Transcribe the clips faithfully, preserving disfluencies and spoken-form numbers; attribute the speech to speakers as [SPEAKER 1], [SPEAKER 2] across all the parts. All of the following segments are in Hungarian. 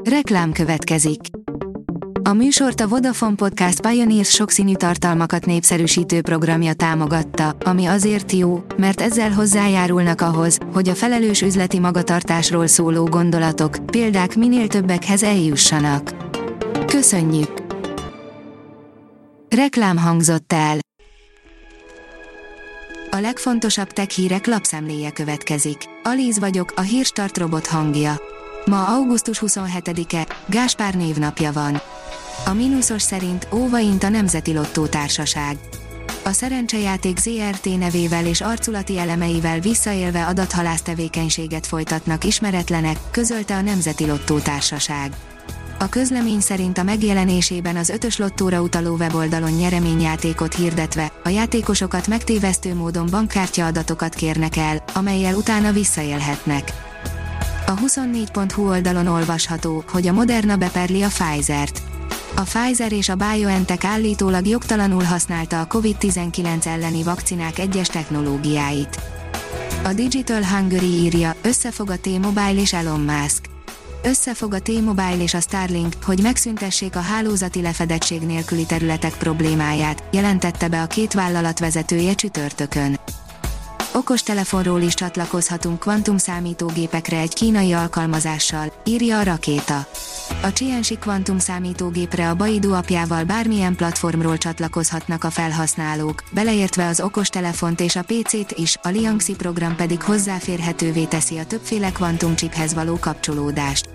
[SPEAKER 1] Reklám következik. A műsort a Vodafone Podcast Pioneers sokszínű tartalmakat népszerűsítő programja támogatta, ami azért jó, mert ezzel hozzájárulnak ahhoz, hogy a felelős üzleti magatartásról szóló gondolatok, példák minél többekhez eljussanak. Köszönjük! Reklám hangzott el. A legfontosabb tech hírek lapszemléje következik. Alíz vagyok, a Hírstart robot hangja. Ma augusztus huszonhetedike, Gáspár névnapja van. A mínuszos szerint óvaint a Nemzeti Lottó Társaság. A szerencsejáték zé er té nevével és arculati elemeivel visszaélve adathalász tevékenységet folytatnak ismeretlenek, közölte a Nemzeti Lottó Társaság. A közlemény szerint a megjelenésében az ötös lottóra utaló weboldalon nyereményjátékot hirdetve, a játékosokat megtévesztő módon bankkártya adatokat kérnek el, amellyel utána visszaélhetnek. A huszonnégy pont hu oldalon olvasható, hogy a Moderna beperli a Pfizert. A Pfizer és a BioNTech állítólag jogtalanul használta a kovid tizenkilenc elleni vakcinák egyes technológiáit. A Digital Hungary írja, összefog a T-Mobile és Elon Musk. Összefog a T-Mobile és a Starlink, hogy megszüntessék a hálózati lefedettség nélküli területek problémáját, jelentette be a két vállalat vezetője csütörtökön. Okostelefonról is csatlakozhatunk kvantumszámítógépekre egy kínai alkalmazással, írja a Rakéta. A Qianxi kvantumszámítógépre a Baidu appjával bármilyen platformról csatlakozhatnak a felhasználók, beleértve az okostelefont és a pé cét is, a Liangxi program pedig hozzáférhetővé teszi a többféle kvantumcsiphez való kapcsolódást.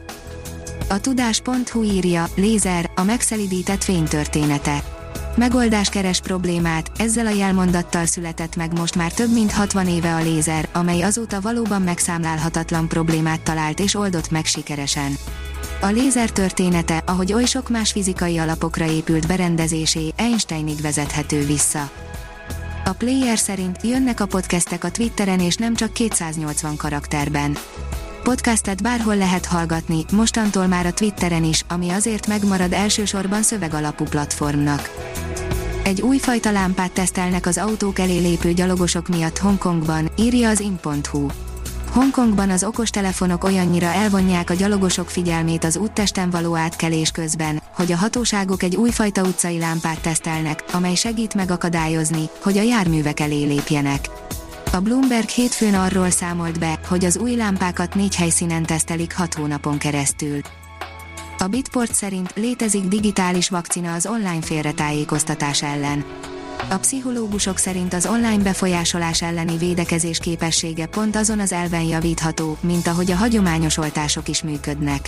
[SPEAKER 1] A tudás pont hu írja, lézer, a megszelidített fény története. Megoldás keres problémát, ezzel a jelmondattal született meg most már több mint hatvan éve a lézer, amely azóta valóban megszámlálhatatlan problémát talált és oldott meg sikeresen. A lézer története, ahogy oly sok más fizikai alapokra épült berendezésé, Einsteinig vezethető vissza. A Player szerint jönnek a podcastek a Twitteren és nem csak kétszáznyolcvan karakterben. Podcastet bárhol lehet hallgatni, mostantól már a Twitteren is, ami azért megmarad elsősorban szövegalapú platformnak. Egy újfajta lámpát tesztelnek az autók elé lépő gyalogosok miatt Hongkongban, írja az in pont hu. Hongkongban az okostelefonok olyannyira elvonják a gyalogosok figyelmét az úttesten való átkelés közben, hogy a hatóságok egy újfajta utcai lámpát tesztelnek, amely segít megakadályozni, hogy a járművek elé lépjenek. A Bloomberg hétfőn arról számolt be, hogy az új lámpákat négy helyszínen tesztelik hat hónapon keresztül. A Bitport szerint létezik digitális vakcina az online félretájékoztatás ellen. A pszichológusok szerint az online befolyásolás elleni védekezés képessége pont azon az elven javítható, mint ahogy a hagyományos oltások is működnek.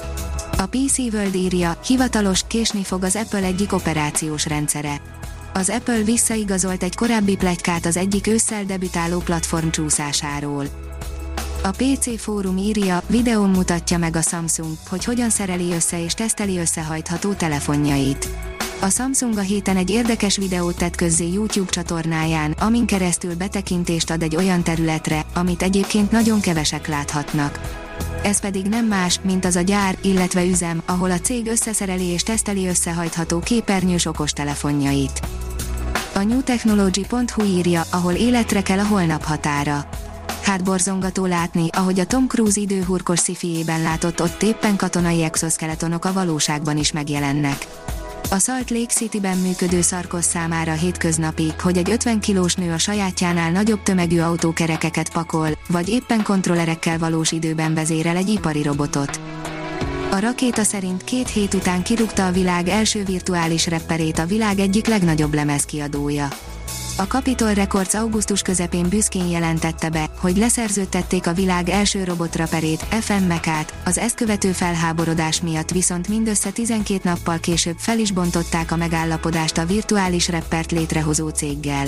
[SPEAKER 1] A pé cé World írja, hivatalos, késni fog az Apple egyik operációs rendszere. Az Apple visszaigazolt egy korábbi pletykát az egyik ősszel debütáló platform csúszásáról. A pé cé Fórum írja, videón mutatja meg a Samsung, hogy hogyan szereli össze és teszteli összehajtható telefonjait. A Samsung a héten egy érdekes videót tett közzé YouTube csatornáján, amin keresztül betekintést ad egy olyan területre, amit egyébként nagyon kevesek láthatnak. Ez pedig nem más, mint az a gyár, illetve üzem, ahol a cég összeszereli és teszteli összehajtható képernyős okostelefonjait. A new technology pont hu írja, ahol életre kell a holnap határa. Hátborzongató látni, ahogy a Tom Cruise időhurkos sci-fiében látott ott éppen katonai exoszkeletonok a valóságban is megjelennek. A Salt Lake Cityben működő Sarkos számára hétköznapi, hogy egy ötven kilós nő a sajátjánál nagyobb tömegű autókerekeket pakol, vagy éppen kontrollerekkel valós időben vezérel egy ipari robotot. A Rakéta szerint két hét után kirúgta a világ első virtuális rapperét a világ egyik legnagyobb lemezkiadója. A Capitol Records augusztus közepén büszkén jelentette be, hogy leszerződtették a világ első robotraperét, ef em Mekát, az ezt követő felháborodás miatt viszont mindössze tizenkét nappal később fel is bontották a megállapodást a virtuális rappert létrehozó céggel.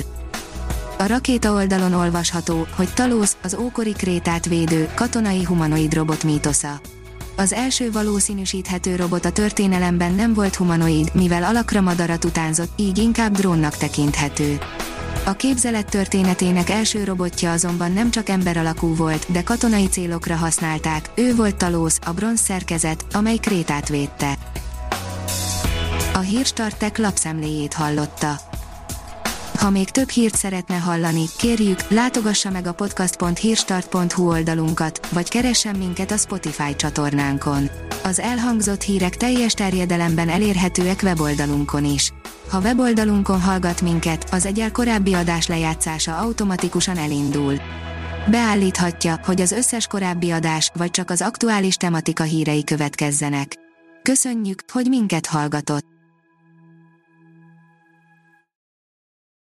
[SPEAKER 1] A Rakéta oldalon olvasható, hogy Talos, az ókori Krétát védő, katonai humanoid robot mítosza. Az első valószínűsíthető robot a történelemben nem volt humanoid, mivel alakra madarat utánzott, így inkább drónnak tekinthető. A képzelet történetének első robotja azonban nem csak ember alakú volt, de katonai célokra használták, ő volt Talos, a bronz szerkezet, amely Krétát védte. A Hírstart Tech lapszemléjét hallotta. Ha még több hírt szeretne hallani, kérjük, látogassa meg a podcast pont hírstart pont hu oldalunkat, vagy keressen minket a Spotify csatornánkon. Az elhangzott hírek teljes terjedelemben elérhetőek weboldalunkon is. Ha weboldalunkon hallgat minket, az egyel korábbi adás lejátszása automatikusan elindul. Beállíthatja, hogy az összes korábbi adás, vagy csak az aktuális tematika hírei következzenek. Köszönjük, hogy minket hallgatott!